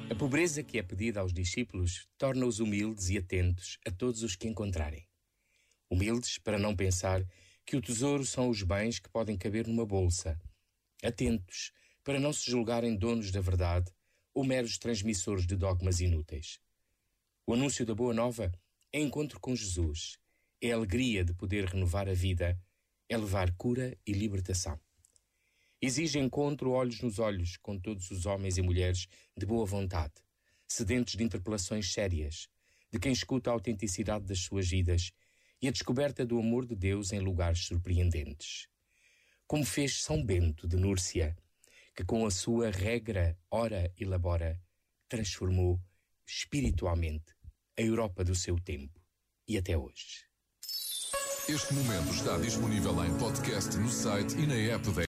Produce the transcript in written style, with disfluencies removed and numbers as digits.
A pobreza que é pedida aos discípulos torna-os humildes e atentos a todos os que encontrarem. Humildes para não pensar que o tesouro são os bens que podem caber numa bolsa. Atentos para não se julgarem donos da verdade ou meros transmissores de dogmas inúteis. O anúncio da Boa Nova é encontro com Jesus, é a alegria de poder renovar a vida, é levar cura e libertação. Exige encontro olhos nos olhos com todos os homens e mulheres de boa vontade, sedentos de interpelações sérias, de quem escuta a autenticidade das suas vidas e a descoberta do amor de Deus em lugares surpreendentes. Como fez São Bento de Núrcia, que com a sua regra ora e labora, transformou espiritualmente a Europa do seu tempo e até hoje. Este momento está disponível em podcast no site e na app da